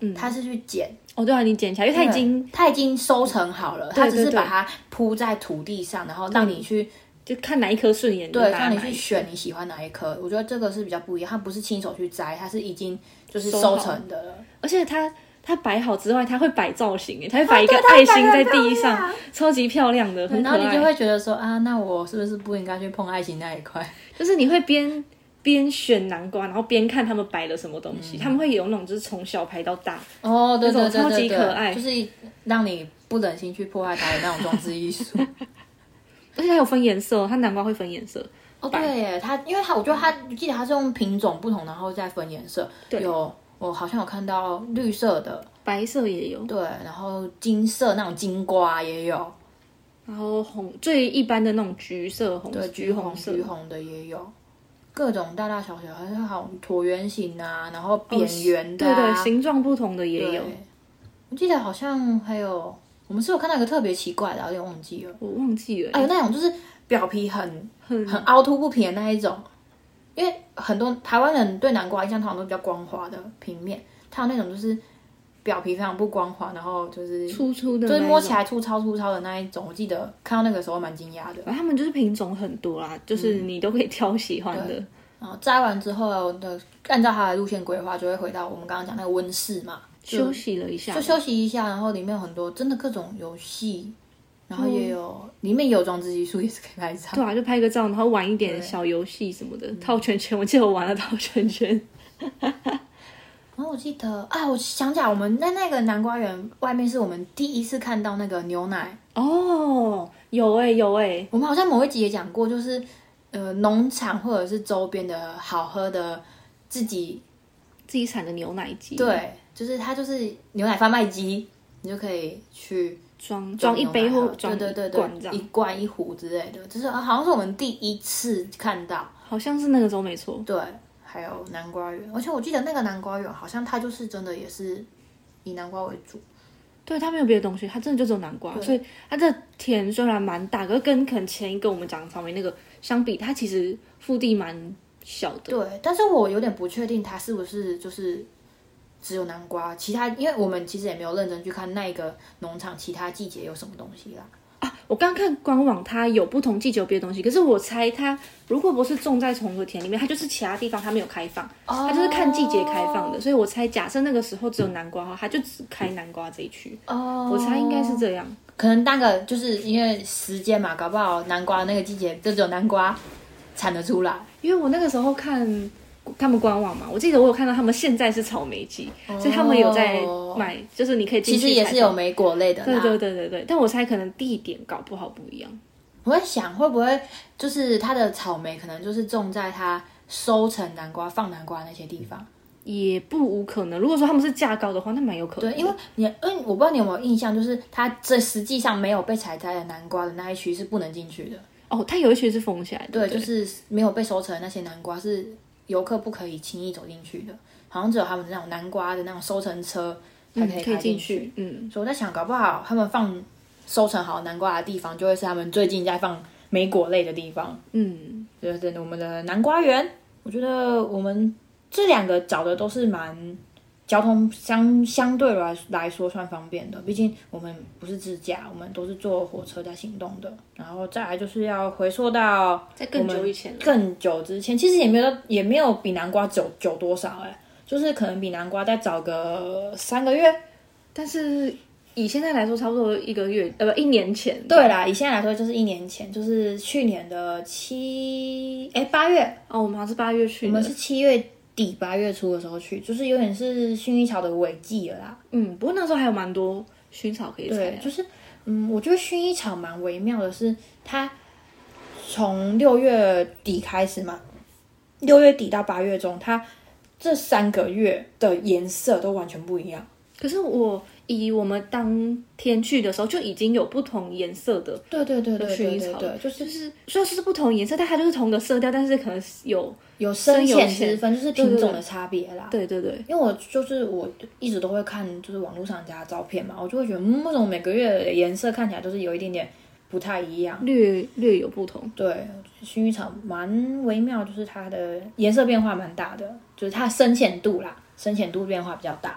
嗯， 它是去剪。 哦，对啊，你剪起来，因为它已经它已经收成好了，它只是对对对把它铺在土地上，然后让你去就看哪一颗顺眼， 对，让你去选你喜欢哪一颗。我觉得这个是比较不一样，它不是亲手去摘，它是已经就是收成的了。 而且它它摆好之外，它会摆造型，它会摆一个爱心在地上，啊、超级漂亮的，很可爱。 然后你就会觉得说啊，那我是不是不应该去碰爱心那一块？ 就是你会边边选南瓜，然后边看他们摆了什么东西，嗯、他们会有那种就是从小排到大哦，对对对对对， 超级可爱， 就是让你不忍心去破坏它的那种装置艺术。 而且它有分颜色，它南瓜会分颜色。 哦，对耶，它因为它我觉得它记得它是用品种不同，然后再分颜色。对，有我好像有看到绿色的， 白色也有， 对，然后金色那种金瓜也有， 然后红最一般的那种橘色红， 对， 橘红色橘红的也有。各种大大小小，还是好椭圆形啊，然后扁圆的、啊哦，对对，形状不同的也有。 我记得好像还有，我们是有看到一个特别奇怪的，有点忘记了。 我忘记了。 哎，有那种就是表皮很很很凹凸不平的那一种，因为很多台湾人对南瓜印象通常都比较光滑的平面，它有那种就是表皮非常不光滑，然后就是粗粗的， 就是摸起来粗糙粗糙的那一种。我记得看到那个时候蛮惊讶的。 他们就是品种很多啦，就是你都可以挑喜欢的。 嗯、然后摘完之后的，按照它的路线规划，就会回到我们刚刚讲那个温室嘛， 休息了一下， 就休息一下，然后里面有很多真的各种游戏。然后也有、嗯、里面也有装置艺术，也是可以拍照。 对啊，就拍个照，然后玩一点小游戏什么的，套圈圈。我记得我玩了套圈圈。 然后我记得啊，我想起来，我们在那个南瓜园外面是我们第一次看到那个牛奶哦，有哎、欸、有哎、欸， 我们好像某一集也讲过，就是呃农场或者是周边的好喝的自己自己产的牛奶机， 对，就是它就是牛奶贩卖机，你就可以去。 装装一杯或装对对对对，一罐一壶之类的，就是好像是我们第一次看到， 好像是那个时候没错。 对，还有南瓜园，而且我记得那个南瓜园好像它就是真的也是以南瓜为主， 对，它没有别的东西，它真的就只有南瓜，所以它这田虽然蛮大，可是跟可能前一个我们讲草莓那个相比，它其实腹地蛮小的。 对，但是我有点不确定它是不是就是。只有南瓜，其他因为我们其实也没有认真去看那个农场其他季节有什么东西啦。 啊，我刚看官网，它有不同季节有别的东西，可是我猜它如果不是种在同一个田里面，它就是其他地方它没有开放，哦、它就是看季节开放的，所以我猜假设那个时候只有南瓜的话，它就只开南瓜这一区。哦，我猜应该是这样。 可能那个就是因为时间嘛，搞不好南瓜那个季节就只有南瓜产得出来。 因为我那个时候看。他们官网嘛，我记得我有看到他们现在是草莓季，哦、所以他们有在卖，就是你可以进去其实也是有莓果类的啦。 对对对对对，但我猜可能地点搞不好不一样。 我在想会不会就是它的草莓可能就是种在它收成南瓜放南瓜那些地方， 也不无可能。如果说他们是价高的话，那蛮有可能的。 对，因为你，嗯，我不知道你有没有印象，就是它这实际上没有被采摘的南瓜的那一区是不能进去的。 哦，它有一区是封起来的。 对，对就是没有被收成的那些南瓜是。游客不可以轻易走进去的，好像只有他们那种南瓜的那种收成车才可以开进去。嗯，所以我在想，搞不好他们放收成好南瓜的地方，就会是他们最近在放莓果类的地方。嗯，就是我们的南瓜园。我觉得我们这两个找的都是蛮交通相相对来来说算方便的，毕竟我们不是自驾，我们都是坐火车在行动的。然后再来就是要回溯到在更久以前， 更久之前，其实也没有也没有比南瓜久久多少哎、欸，就是可能比南瓜再早个三个月， 但是以现在来说，差不多一个月呃不一年前。 对啦，以现在来说就是一年前，就是去年的七哎八月哦，我们好像是八月去的， 我们是七月。底八月初的时候去，就是有点是薰衣草的尾季了啦。 嗯，不过那时候还有蛮多薰草可以采、啊。 对，就是嗯，我觉得薰衣草蛮微妙的是，它从六月底开始嘛，六月底到八月中，它这三个月的颜色都完全不一样。 可是我以我们当天去的时候，就已经有不同颜色的， 对对对对薰衣草， 对对， 就是就是虽然是不同颜色，但它就是同个色调，但是可能有有深浅之分，就是品种的差别啦。 对对对， 因为我就是我一直都会看，就是网络上人家的照片嘛，我就会觉得，嗯，为什么每个月的颜色看起来都是有一点点不太一样， 略略有不同。 对，薰衣草蛮微妙，就是它的颜色变化蛮大的，就是它的深浅度啦，深浅度变化比较大。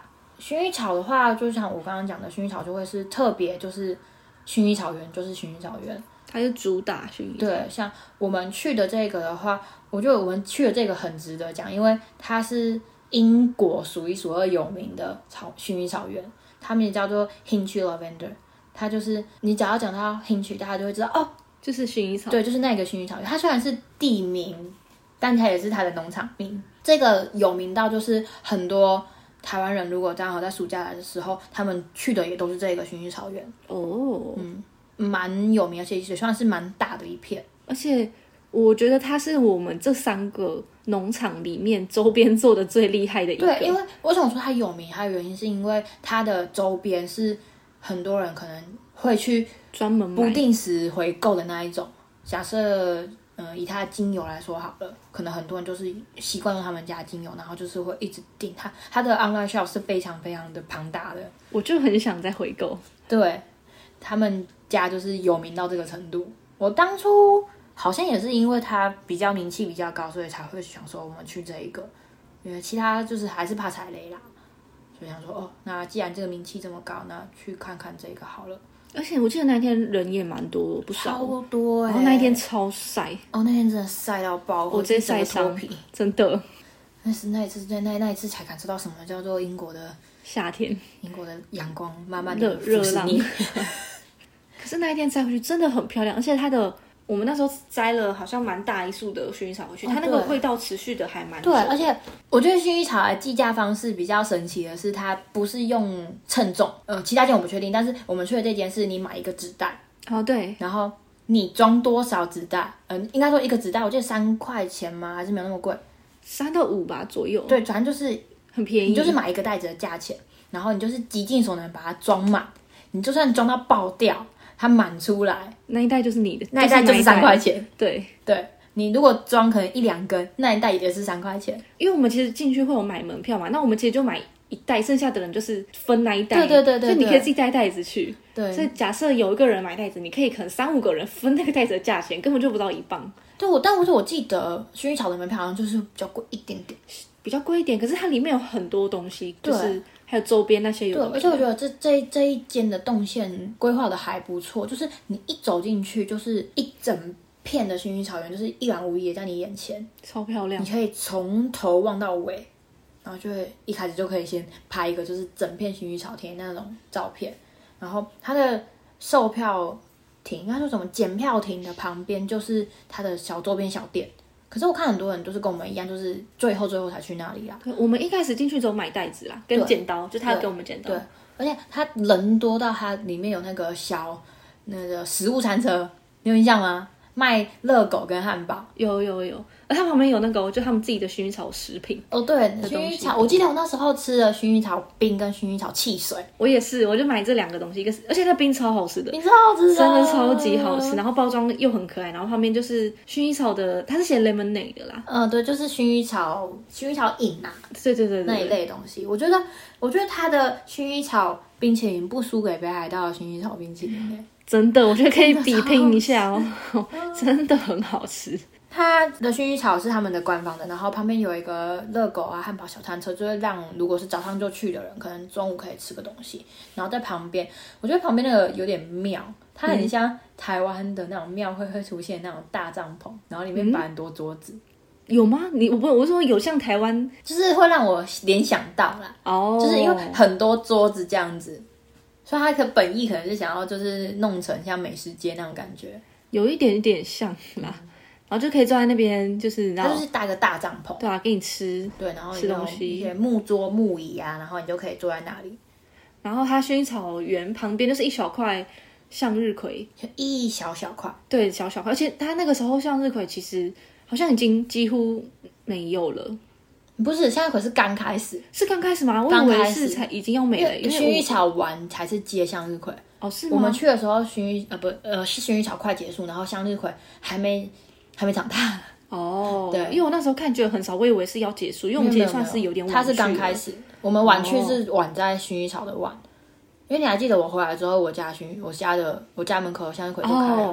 薰衣草的话，就像我刚刚讲的，薰衣草就会是特别，就是薰衣草园就是薰衣草园， 它是主打薰衣草。 对，像我们去的这个的话，我觉得我们去的这个很值得讲，因为它是英国数一数二有名的草薰衣草园，它名叫做 Hinchy Lavender。它就是你只要讲到 Hinchy， 大家就会知道哦， 就是薰衣草。 对，就是那个薰衣草园。它虽然是地名，但它也是它的农场名。这个有名到就是很多台湾人如果刚好在暑假来的时候，他们去的也都是这个薰衣草园。 哦， 嗯，蛮有名，而且也算是蛮大的一片。 而且我觉得它是我们这三个农场里面周边做的最厉害的一个。 对，因为为什么说它有名？它的原因是因为它的周边是很多人可能会去专门不定时回购的那一种。假设，呃，以它的精油来说好了，可能很多人就是习惯用他们家的精油，然后就是会一直订它。它的 online shop 是非常非常的庞大的， 我就很想再回购。 对，他们家就是有名到这个程度。我当初好像也是因为它比较名气比较高，所以才会想说我们去这一个，因为其他就是还是怕踩雷啦。就想说哦，那既然这个名气这么高，那去看看这个好了。 而且我记得那天人也蛮多，不少， 超多哎、欸。 然后那一天超晒， 哦，那天真的晒到爆， 我直接晒伤皮， 真的。 那是那一次，那那那一次才感受到什么叫做英国的夏天， 英国的阳光慢慢的热浪。 你可是那一天摘回去真的很漂亮，而且它的。我们那时候摘了好像蛮大一束的薰衣草回去，哦、它那个味道持续的还蛮久的。 对，而且我觉得薰衣草的计价方式比较神奇的是，它不是用称重，呃，其他间我不确定，但是我们去的这间是你买一个纸袋， 哦对， 然后你装多少纸袋，嗯、呃，应该说一个纸袋，我记得三块钱吗？还是没有那么贵？ 三到五吧左右。 对，反正就是很便宜， 你就是买一个袋子的价钱，然后你就是极尽所能把它装满，你就算装到爆掉。它满出来， 那一袋就是你的， 那一袋就是三块钱。 对对，你如果装可能一两根，那一袋也是三块钱。 因为我们其实进去会有买门票嘛，那我们其实就买一袋，剩下的人就是分那一袋。 对对对对， 所以你可以自己带袋子去。 对， 所以假设有一个人买袋子，你可以可能三五个人分那个袋子的价钱，根本就不到一磅。 对，我但不是我记得薰衣草的门票好像就是比较贵一点点， 比较贵一点，可是它里面有很多东西，就是还有周边那些有的。 对，而且我觉得这这这一间的动线规划的还不错，就是你一走进去就是一整片的薰衣草园，就是一览无遗的在你眼前， 超漂亮， 你可以从头望到尾，然后就会一开始就可以先拍一个就是整片薰衣草田那种照片，然后它的售票亭应该说什么检票亭的旁边就是它的小周边小店。可是我看很多人都是跟我们一样，就是最后最后才去那里啦。 我们一开始进去只有买袋子啦，跟剪刀，就他给我们剪刀。 对，而且他人多到他里面有那个小那个食物餐车，你有印象吗？卖热狗跟汉堡。 有有有，而它旁边有那个就他们自己的薰衣草食品。 哦，对，薰衣草，我记得我那时候吃了薰衣草冰跟薰衣草汽水。 我也是，我就买这两个东西，一个是，而且那冰超好吃的， 冰超好吃的， 真的超级好吃，然后包装又很可爱，然后旁边就是薰衣草的，它是写 lemonade 的啦。 嗯，对，就是薰衣草薰衣草饮啊， 对对对对， 那一类东西。我觉得，我觉得它的薰衣草冰淇淋不输给北海道的薰衣草冰淇淋诶。 真的，我觉得可以比拼一下哦，真的很好吃。 它的薰衣草是他们的官方的，然后旁边有一个热狗啊、汉堡小餐车，就会让如果是早上就去的人，可能中午可以吃个东西。然后在旁边，我觉得旁边那个有点庙，它很像台湾的那种庙会会出现那种大帐篷，然后里面摆很多桌子。 嗯、有吗？你我不我说有像台湾， 就是会让我联想到啦，哦，就是因为很多桌子这样子。所以它的本意可能是想要就是弄成像美食街那种感觉， 有一点点像啦，嗯、然后就可以坐在那边，就是它就是搭个大帐篷， 对啊，给你吃， 对，然后吃东西， 一些木桌木椅啊，然后你就可以坐在那里。 然后它薰衣草园旁边就是一小块向日葵， 一小小块， 对，小小块，而且它那个时候向日葵其实好像已经几乎没有了。 不是，向日葵是刚开始， 是刚开始吗？我以为是才已经要没了， 因为薰衣草完才是接向日葵。 哦，是吗？ 我们去的时候，薰衣呃不呃是薰衣草快结束，然后向日葵还没还没长大。 哦，对，因为我那时候看觉得很少，我以为是要结束，因为我们其实算是有点晚去。 它是刚开始，我们晚去是晚在薰衣草的晚，因为你还记得我回来之后，我家薰我家的我家门口的向日葵就开了，哦、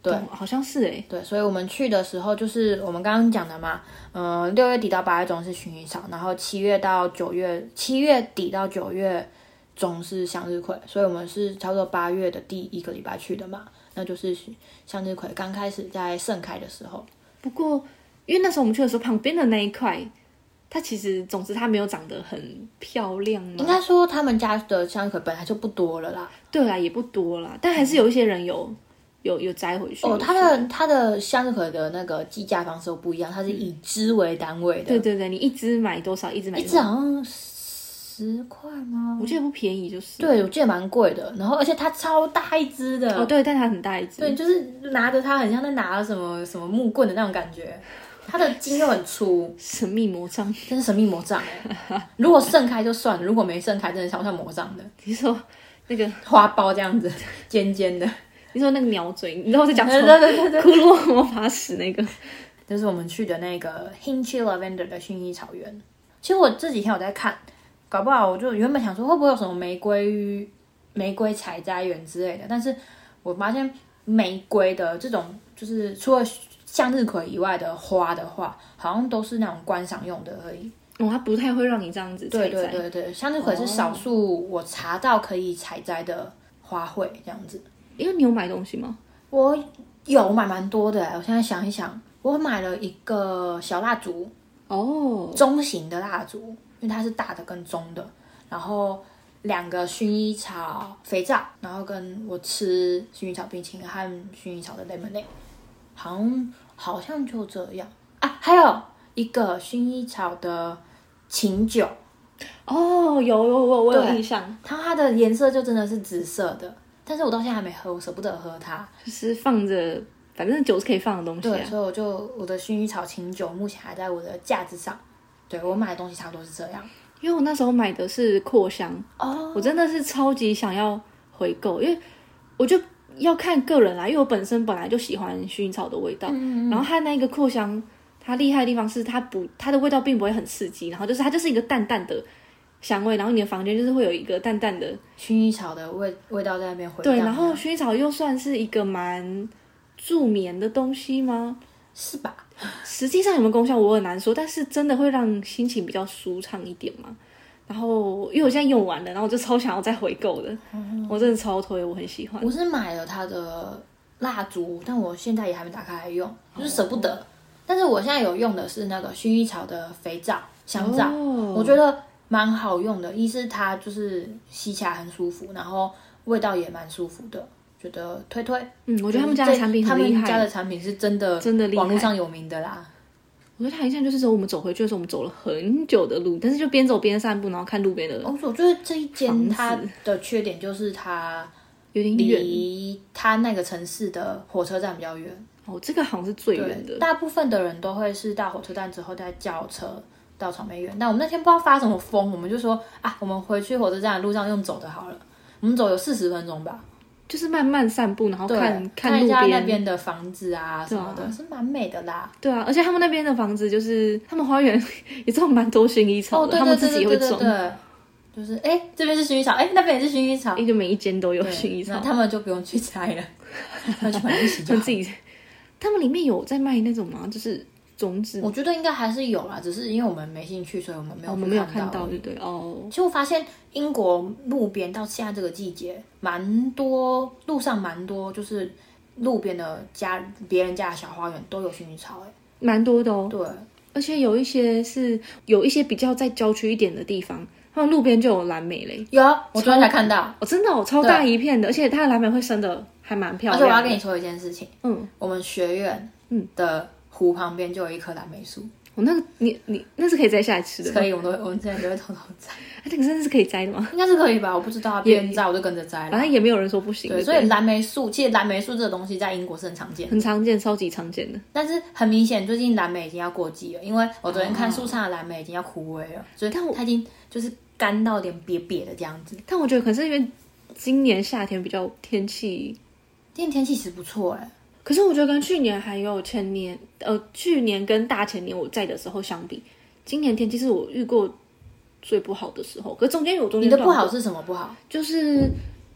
对， 好像是哎。 对，所以我们去的时候就是我们刚刚讲的嘛，嗯、呃，六月底到八月中是薰衣草，然后七月到九月，七月底到九月中是向日葵，所以我们是差不多八月的第一个礼拜去的嘛，那就是向日葵刚开始在盛开的时候。 不过因为那时候我们去的时候，旁边的那一块，它其实总之它没有长得很漂亮嘛。 应该说他们家的向日葵本来就不多了啦。 对啦，也不多啦，但还是有一些人有。有有摘回去哦，它的它的向日葵的那个计价方式都不一样，它是以支为单位的。 对对对，你一支买多少？一支买多少？ 一支好像十块吗？ 我记得不便宜，就是。 对，我记得蛮贵的。然后而且它超大一支的。 哦，对，但它很大一支。 对，就是拿着它很像在拿了什么什么木棍的那种感觉。它的茎又很粗， 神秘魔杖， 真是神秘魔杖哎！如果盛开就算了，如果没盛开，真的像像魔杖的。 你说那个花苞这样子，尖尖的。 你说那个鸟嘴，你知道我在讲什么？ 对对对对， 骷髅魔法使那个， 就是我们去的那个 Hinchi Lavender 的薰衣草园。其实我这几天有在看，搞不好我就原本想说会不会有什么玫瑰玫瑰采摘园之类的，但是我发现玫瑰的这种就是除了向日葵以外的花的话，好像都是那种观赏用的而已。 哦，它不太会让你这样子采摘。 对对对对，向日葵是少数我查到可以采摘的花卉这样子。 因为你有买东西吗？ 我有买蛮多的，我现在想一想，我买了一个小蜡烛， 哦， 中型的蜡烛，因为它是大的跟中的，然后两个薰衣草肥皂，然后跟我吃薰衣草冰淇淋和薰衣草的 lemonade， 好像好像就这样啊，还有一个薰衣草的琴酒。 哦，有有我我有印象， 它它的颜色就真的是紫色的。但是我到现在还没喝，我舍不得喝它。 就是放着，反正酒是可以放的东西、啊。 对，所以我就我的薰衣草琴酒目前还在我的架子上。对，我买的东西差不多是这样。 因为我那时候买的是扩香哦， 我真的是超级想要回购，因为我就要看个人啦，因为我本身本来就喜欢薰衣草的味道，嗯嗯然后它那个扩香，它厉害的地方是它不它的味道并不会很刺激，然后就是它就是一个淡淡的。香味，然后你的房间就是会有一个淡淡的薰衣草的味味道在那边回荡。 对，然后薰衣草又算是一个蛮助眠的东西吗？ 是吧？ 实际上有没有功效我很难说，但是真的会让心情比较舒畅一点嘛。然后因为我现在用完了，然后我就超想要再回购的，嗯、我真的超推，我很喜欢。 我是买了它的蜡烛，但我现在也还没打开来用，就是舍不得。哦、但是我现在有用的是那个薰衣草的肥皂、香皂，哦、我觉得。蛮好用的，一是它就是吸起来很舒服，然后味道也蛮舒服的，觉得推推。 嗯，我觉得他们家的产品很厉害， 他们家的产品是真的真的厉害， 网络上有名的啦。 我觉得它印象就是说我们走回去的时候，我们走了很久的路，但是就边走边散步，然后看路边的。 哦，我觉得这一间它的缺点就是它有点远， 离它那个城市的火车站比较远。 哦，这个好像是最远的。 大部分的人都会是到火车站之后再叫车。到草莓园，但我们那天不知道发什么疯，我们就说啊，我们回去火车站的路上用走的好了。我们走有四十分钟吧， 就是慢慢散步，然后看看一下那边的房子啊什么的，是蛮美的啦。 对啊，而且他们那边的房子就是他们花园也种蛮多薰衣草的， 哦、 他们自己会种。 对，就是哎、欸，这边是薰衣草，哎、欸，那边也是薰衣草， 就每一间都有薰衣草， 他们就不用去摘了，他们去买一起就好。 自己，他们里面有在卖那种吗？就是种子， 我觉得应该还是有啦，只是因为我们没兴趣，所以我们没有我们没有看到，对对哦。 其实我发现英国路边到现在这个季节，蛮多路上蛮多，就是路边的家别人家的小花园都有薰衣草，哎， 蛮多的哦。 对， 而且有一些是有一些比较在郊区一点的地方，他们路边就有蓝莓嘞。 有啊，我昨天才看到， 哦，真的哦，超大一片的，而且它的蓝莓会生的还蛮漂亮的。 而且我要跟你说一件事情， 嗯， 我们学院嗯的。湖旁边就有一棵蓝莓树， 哦，那个你你那是可以摘下来吃的吗？ 可以，我们都我们现在都会偷偷摘。 啊，那个真的是可以摘的吗？ 应该是可以吧，我不知道，别人摘我就跟着摘了。 反正也没有人说不行。 对，所以蓝莓树其实蓝莓树这个东西在英国是很常见的， 很常见，超级常见的。 但是很明显，最近蓝莓已经要过季了，因为我昨天看树上的蓝莓已经要枯萎了，所以它已经就是干到有点瘪瘪的这样子。 但我觉得可能是因为今年夏天比较天气， 今年天气其实不错哎、欸。 可是我觉得跟去年还有前年，呃，去年跟大前年我在的时候相比，今年天气是我遇过最不好的时候。可是中间有中间你的不好是什么不好？ 就是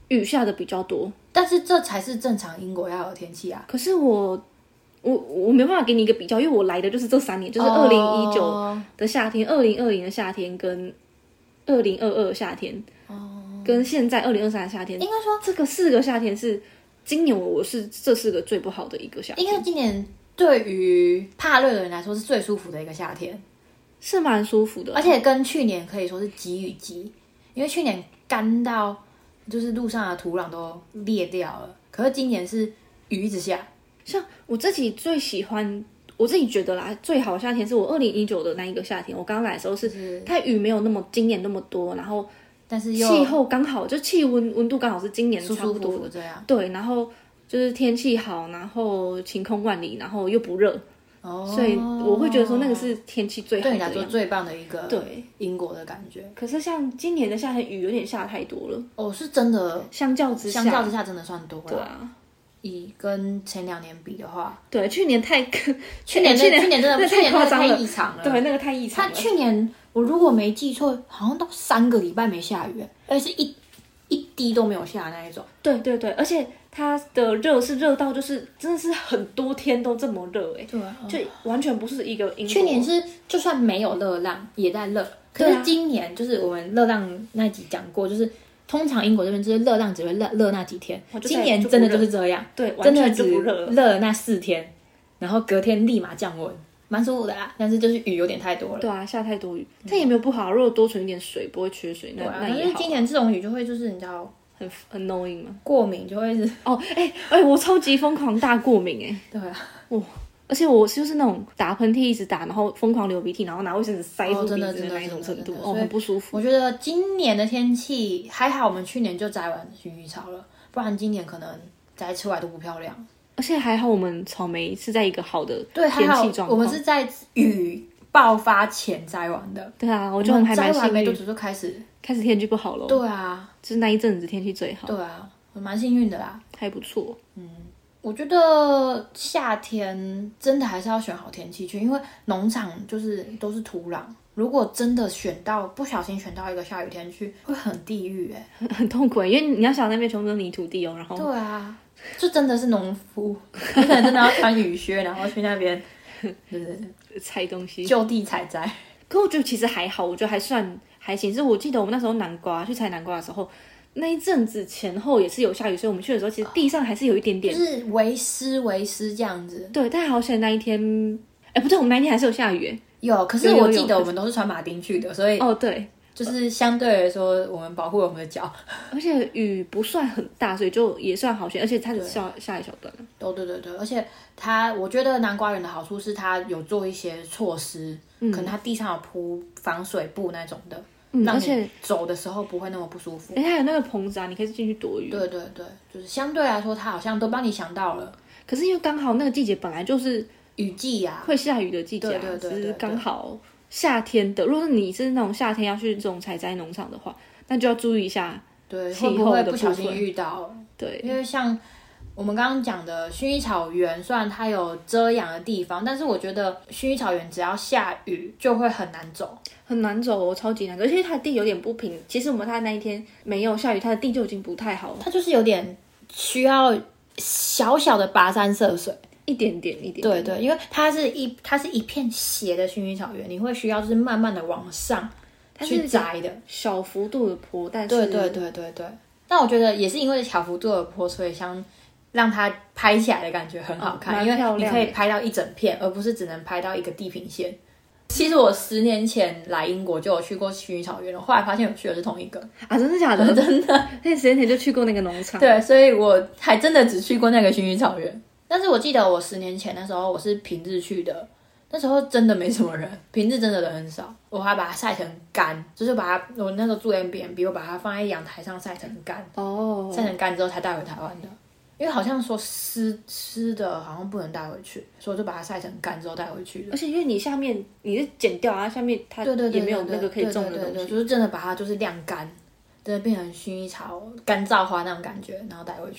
雨下的比较多。 但是这才是正常英国要有天气啊。 可是我我我没办法给你一个比较，因为我来的就是这三年，就是二零一九的夏天、二零二零的夏天跟二零二二的夏天，哦，跟现在二零二三的夏天。 应该说这个四个夏天是今年我是这四个最不好的一个夏天。 应该今年对于怕热的人来说是最舒服的一个夏天， 是蛮舒服的， 而且跟去年可以说是急与急，因为去年干到就是路上的土壤都裂掉了，可是今年是雨一直下。 像我自己最喜欢，我自己觉得啦，最好的夏天是我二零一九的那一个夏天。我刚来的时候是它雨没有那么今年那么多，然后但是气候刚好，就气温温度刚好是今年差不多舒舒服服这样。 对，然后就是天气好，然后晴空万里，然后又不热。哦，所以我会觉得说那个是天气最好的， 对你来说最棒的一个对英国的感觉。 可是像今年的夏天雨有点下太多了。 哦，是真的， 相较之下， 相较之下真的算多了。 对啊。 以跟前两年比的话， 对，去年太去年去年去年真的太夸张了， 太异常了。 对，那个太异常了。 他去年我如果没记错，好像到三个礼拜没下雨，而且是一一滴都没有下那一种。 对对对，而且它的热是热到就是真的是很多天都这么热哎， 对啊， 就完全不是一个英国。 去年是就算没有热浪也在热，可是今年就是我们热浪那集讲过，就是。通常英国这边就是热浪只会热热那几天，今年真的就是这样， 对， 真的就不热了， 热了那四天，然后隔天立马降温，蛮舒服的啊。但是就是雨有点太多了， 对啊，下太多雨，这、嗯、也没有不好，如果多存一点水，不会缺水，那、 啊、 那也好。 但是今年这种雨就会就是你知道很很 annoying 嘛， 过敏就会是哦，哎、欸、哎、欸，我超级疯狂大过敏哎、 欸，对啊， 哇。而且我就是那种打喷嚏一直打，然后疯狂流鼻涕，然后拿卫生纸塞住鼻子的那一种程度，哦，很不舒服。 我觉得今年的天气还好，我们去年就摘完薰衣草了，不然今年可能摘出来都不漂亮。 而且还好我们草莓是在一个好的天气状况， 我们是在雨爆发前摘完的。 对啊，我就还蛮幸运， 没多久就开始开始天气不好了。 对啊， 就是那一阵子天气最好。 对啊，我蛮幸运的啦， 还不错。 嗯。我觉得夏天真的还是要选好天气去，因为农场就是都是土壤，如果真的选到不小心选到一个下雨天去，会很地狱哎、 欸，很痛苦、欸，因为你要想那边全部都是泥土地哦，然后对啊，就真的是农夫，你可能真的要穿雨靴，然后去那边就是采东西， 就地采摘。 可我觉得其实还好，我觉得还算还行。是我记得我们那时候南瓜去采南瓜的时候。那一阵子前后也是有下雨，所以我们去的时候，其实地上还是有一点点， 就是微湿微湿这样子。 对，但好险那一天，哎，不对，我们那一天还是有下雨， 有。可是我记得我们都是穿马丁去的，所以哦，对， 就是相对来说，我们保护了我们的脚， 而且雨不算很大，所以就也算好险，而且它只下下一小段。 哦，对对对，而且它，我觉得南瓜园的好处是它有做一些措施，嗯、可能它地上有铺防水布那种的。 嗯，而且走的时候不会那么不舒服。 哎，还有那个棚子啊，你可以进去躲雨。 对对对，就是相对来说，它好像都帮你想到了。 可是因为刚好那个季节本来就是雨季呀、啊， 会下雨的季节、啊， 对对 对, 对, 对, 对， 只是刚好夏天的。如果是你是那种夏天要去这种采摘农场的话，那就要注意一下， 对，会不会不小心遇到？ 对， 因为像我们刚刚讲的薰衣草园，虽然它有遮阳的地方，但是我觉得薰衣草园只要下雨就会很难走。 很难走哦，超级难走，而且它的地有点不平。其实我们它那一天没有下雨，它的地就已经不太好了。 它就是有点需要小小的跋山涉水， 一点点，一点点。 对对，因为它是一它是一片斜的薰衣草园，你会需要就是慢慢的往上去摘的， 小幅度的坡，但是对对对对对。但我觉得也是因为小幅度的坡，所以像让它拍起来的感觉很好看， 嗯、 因为你可以拍到一整片，而不是只能拍到一个地平线。其实我十年前来英国就有去过薰衣草园了，后来发现我去的是同一个啊，真的假的？ 真的， 那十年前就去过那个农场。 对，所以我还真的只去过那个薰衣草园。但是我记得我十年前那时候我是平日去的，那时候真的没什么人，平日真的人很少。我还把它晒成干，就是把它我那时候住 M B N B， 我把它放在阳台上晒成干，哦，晒成干之后才带回台湾的。因为好像说湿湿的好像不能带回去，所以我就把它晒成干之后带回去的。 而且因为你下面你是剪掉啊，下面它也没有那个可以种的东西， 对对对，就是真的把它就是晾干，真的变成薰衣草干燥花那种感觉，然后带回去的。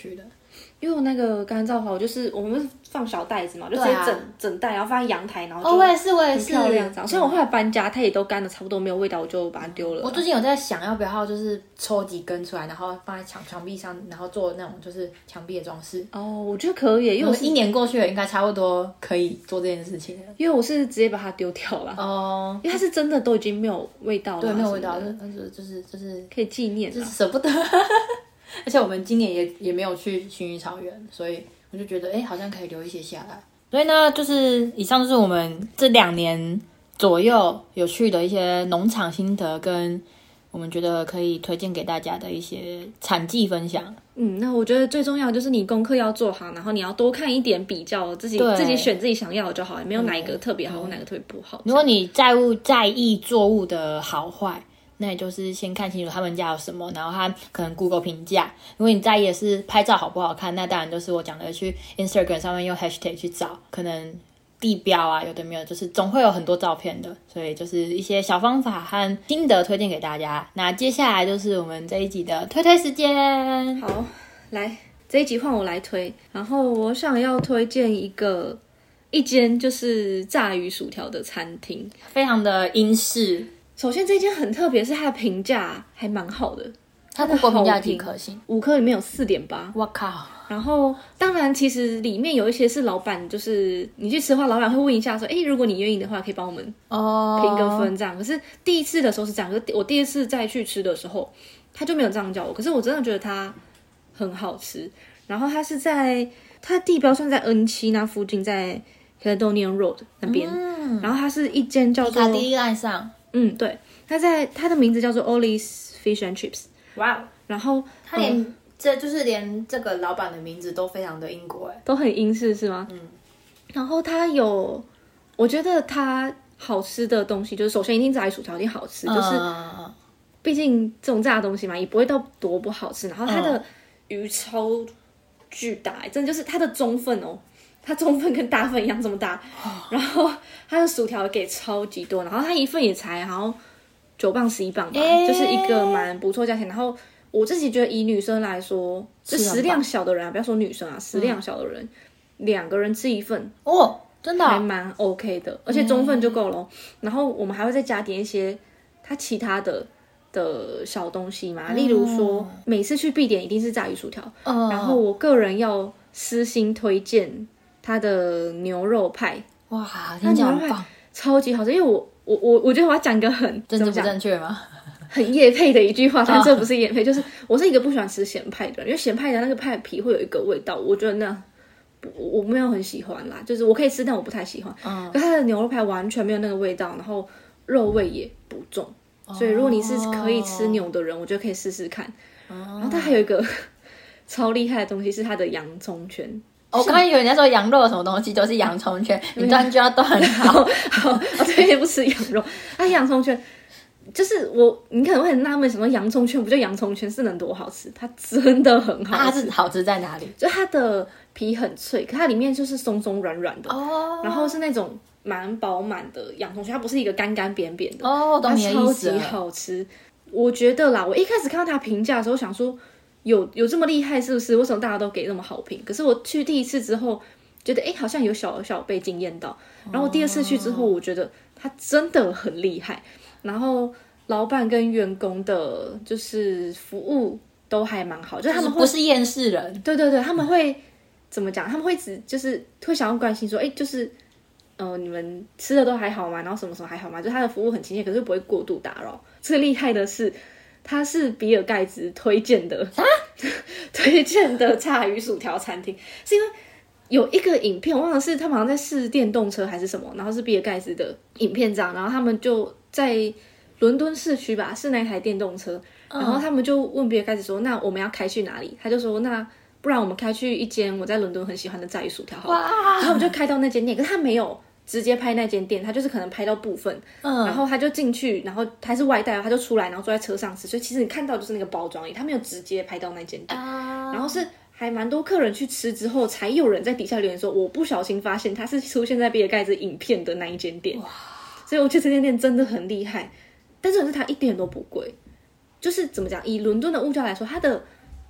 因为我那个干燥花，我就是我们是放小袋子嘛，就直接整、啊、整袋，然后放在阳台，然后就哦，我也是，我也是， 很漂亮这样。所以我后来搬家，它也都干的差不多，没有味道，我就把它丢了。 我最近有在想，要不要就是抽几根出来，然后放在墙墙壁上，然后做那种就是墙壁的装饰。 哦，我觉得可以，因为我是一年过去了，应该差不多可以做这件事情了。 因为我是直接把它丢掉了。哦，因为它是真的都已经没有味道了， 对，没有味道，就是就是就是可以纪念， 就是舍不得。而且我们今年也也没有去薰衣草园，所以我就觉得哎、欸，好像可以留一些下来。所以呢，就是以上就是我们这两年左右有趣的一些农场心得，跟我们觉得可以推荐给大家的一些产季分享。 嗯，那我觉得最重要的就是你功课要做好，然后你要多看一点比较，自己自己选自己想要的就好，也没有哪一个特别好，或哪个特别不好。 如果你在乎在意作物的好坏，那也就是先看清楚他们家有什么，然后他可能 Google 评价。如果你在意的是拍照好不好看，那当然就是我讲的去 Instagram 上面用 hashtag 去找，可能地标啊有的没有，就是总会有很多照片的，所以就是一些小方法和心得推荐给大家。那接下来就是我们这一集的推推时间。 好，来这一集换我来推，然后我想要推荐一个一间就是炸鱼薯条的餐厅， 非常的英式。 首先这间很特别，是它的评价还蛮好的， 它的评价几颗星？ 五颗里面有四点八。 我靠！ 然后当然其实里面有一些是老板，就是你去吃的话，老板会问一下说，哎，如果你愿意的话，可以帮我们评个分这样。Oh. 可是第一次的时候是这样，可是我第二次再去吃的时候，他就没有这样叫我。可是我真的觉得它很好吃。然后它是在它的地标算在 N 七 那附近，在 Caledonian Road 那边。嗯、然后它是一间叫做卡迪岸上。 嗯，对，它在它的名字叫做 Ollie's Fish and Chips。 哇、wow ！ 然后它连、嗯、这就是连这个老板的名字都非常的英国哎， 都很英式是吗？嗯。然后它有，我觉得它好吃的东西，就是首先一定炸鱼薯条一定好吃，嗯、就是毕竟这种炸的东西嘛，也不会到多不好吃。然后它的鱼超巨大，真的就是它的中份哦。它中份跟大份一样这么大，然后它的薯条给超级多，然后它一份也才好像九磅十一磅吧、欸，就是一个蛮不错价钱。然后我自己觉得以女生来说，就食量小的人啊，不要说女生啊，食量小的人，两、嗯、个人吃一份哦，真的、哦、 还蛮 OK 的，而且中份就够了、嗯。然后我们还会再加点一些它其他的的小东西嘛，例如说、嗯、每次去必点一定是炸鱼薯条、嗯，然后我个人要私心推荐。它的牛肉派， 哇，听起来很棒， 超级好吃。因为我我我我觉得我要讲一个很政治不正确吗？ 很业配的一句话，但这不是业配，就是我是一个不喜欢吃咸派的人，因为咸派的那个派皮会有一个味道，我觉得那我没有很喜欢啦。就是我可以吃，但我不太喜欢。嗯，可它的牛肉派完全没有那个味道，然后肉味也不重，所以如果你是可以吃牛的人，我觉得可以试试看。然后它还有一个超厉害的东西是它的洋葱圈。 我刚刚以为人家说羊肉有什么东西都是洋葱圈，你断句要断好。 好，我这边不吃羊肉。啊，洋葱圈就是我，你可能会很纳闷，什么洋葱圈不就洋葱圈是能多好吃？它真的很好吃。 它是好吃在哪里？ 就它的皮很脆，可它里面就是松松软软的，哦，然后是那种蛮饱满的洋葱圈，它不是一个干干扁扁的。 哦，懂你的意思了。 它超级好吃，我觉得啦，我一开始看到它评价的时候，想说。有有这么厉害是不是？为什么大家都给那么好评？可是我去第一次之后，觉得哎，好像有小小被惊艳到。然后第二次去之后，我觉得他真的很厉害。然后老板跟员工的，就是服务都还蛮好，就是他们会、 就是、不是厌世人。 对对对，他们会怎么讲？他们会只就是会想要关心说，哎，就是呃，你们吃的都还好吗？然后什么什么还好吗？就他的服务很亲切，可是不会过度打扰。最厉害的是。它是比尔盖茨推荐的啊，推荐的炸鱼薯条餐厅，是因为有一个影片，我忘了是他们好像在试电动车还是什么，然后是比尔盖茨的影片这样，然后他们就在伦敦市区吧，是那台电动车，然后他们就问比尔盖茨说：“那我们要开去哪里？”他就说：“那不然我们开去一间我在伦敦很喜欢的炸鱼薯条好了。”然后我们就开到那间店，可是他没有。直接拍那间店，他就是可能拍到部分，嗯，然后他就进去，然后他是外带，他就出来，然后坐在车上吃，所以其实你看到就是那个包装而已，他没有直接拍到那间店，啊、然后是还蛮多客人去吃之后，才有人在底下留言说，我不小心发现他是出现在比尔盖茨影片的那一间店，哇，所以我觉得这间店真的很厉害，但是是它一点都不贵，就是怎么讲，以伦敦的物价来说，它的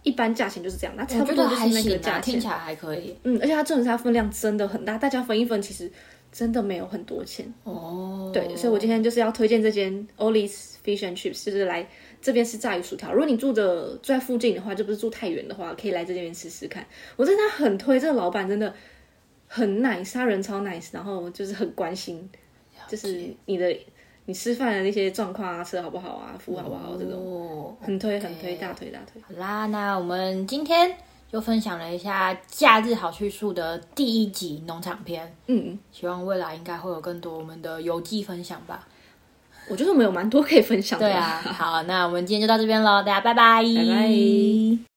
一般价钱就是这样，那差我觉得不多就是那还行啊， 个价钱。 听起来还可以。 嗯，而且它重点是它分量真的很大，大家分一分其实真的没有很多钱。 哦， 对，所以我今天就是要推荐这间 Ollie's Fish and Chips， 就是来这边是炸鱼薯条。如果你住的住在附近的话，就不是住太远的话，可以来这边吃吃看。我真的很推，这个老板真的很 nice， 他人超 nice， 然后就是很关心，就是你的你吃饭的那些状况啊，吃的好不好啊，服务好不好，这种、 哦、 很推很推，大推大推。 好啦，那我们今天就分享了一下假日好去处的第一集农场篇。 嗯， 希望未来应该会有更多我们的游记分享吧。 我觉得我们有蛮多可以分享的。 对啊，好，那我们今天就到这边咯，大家拜拜， 拜拜。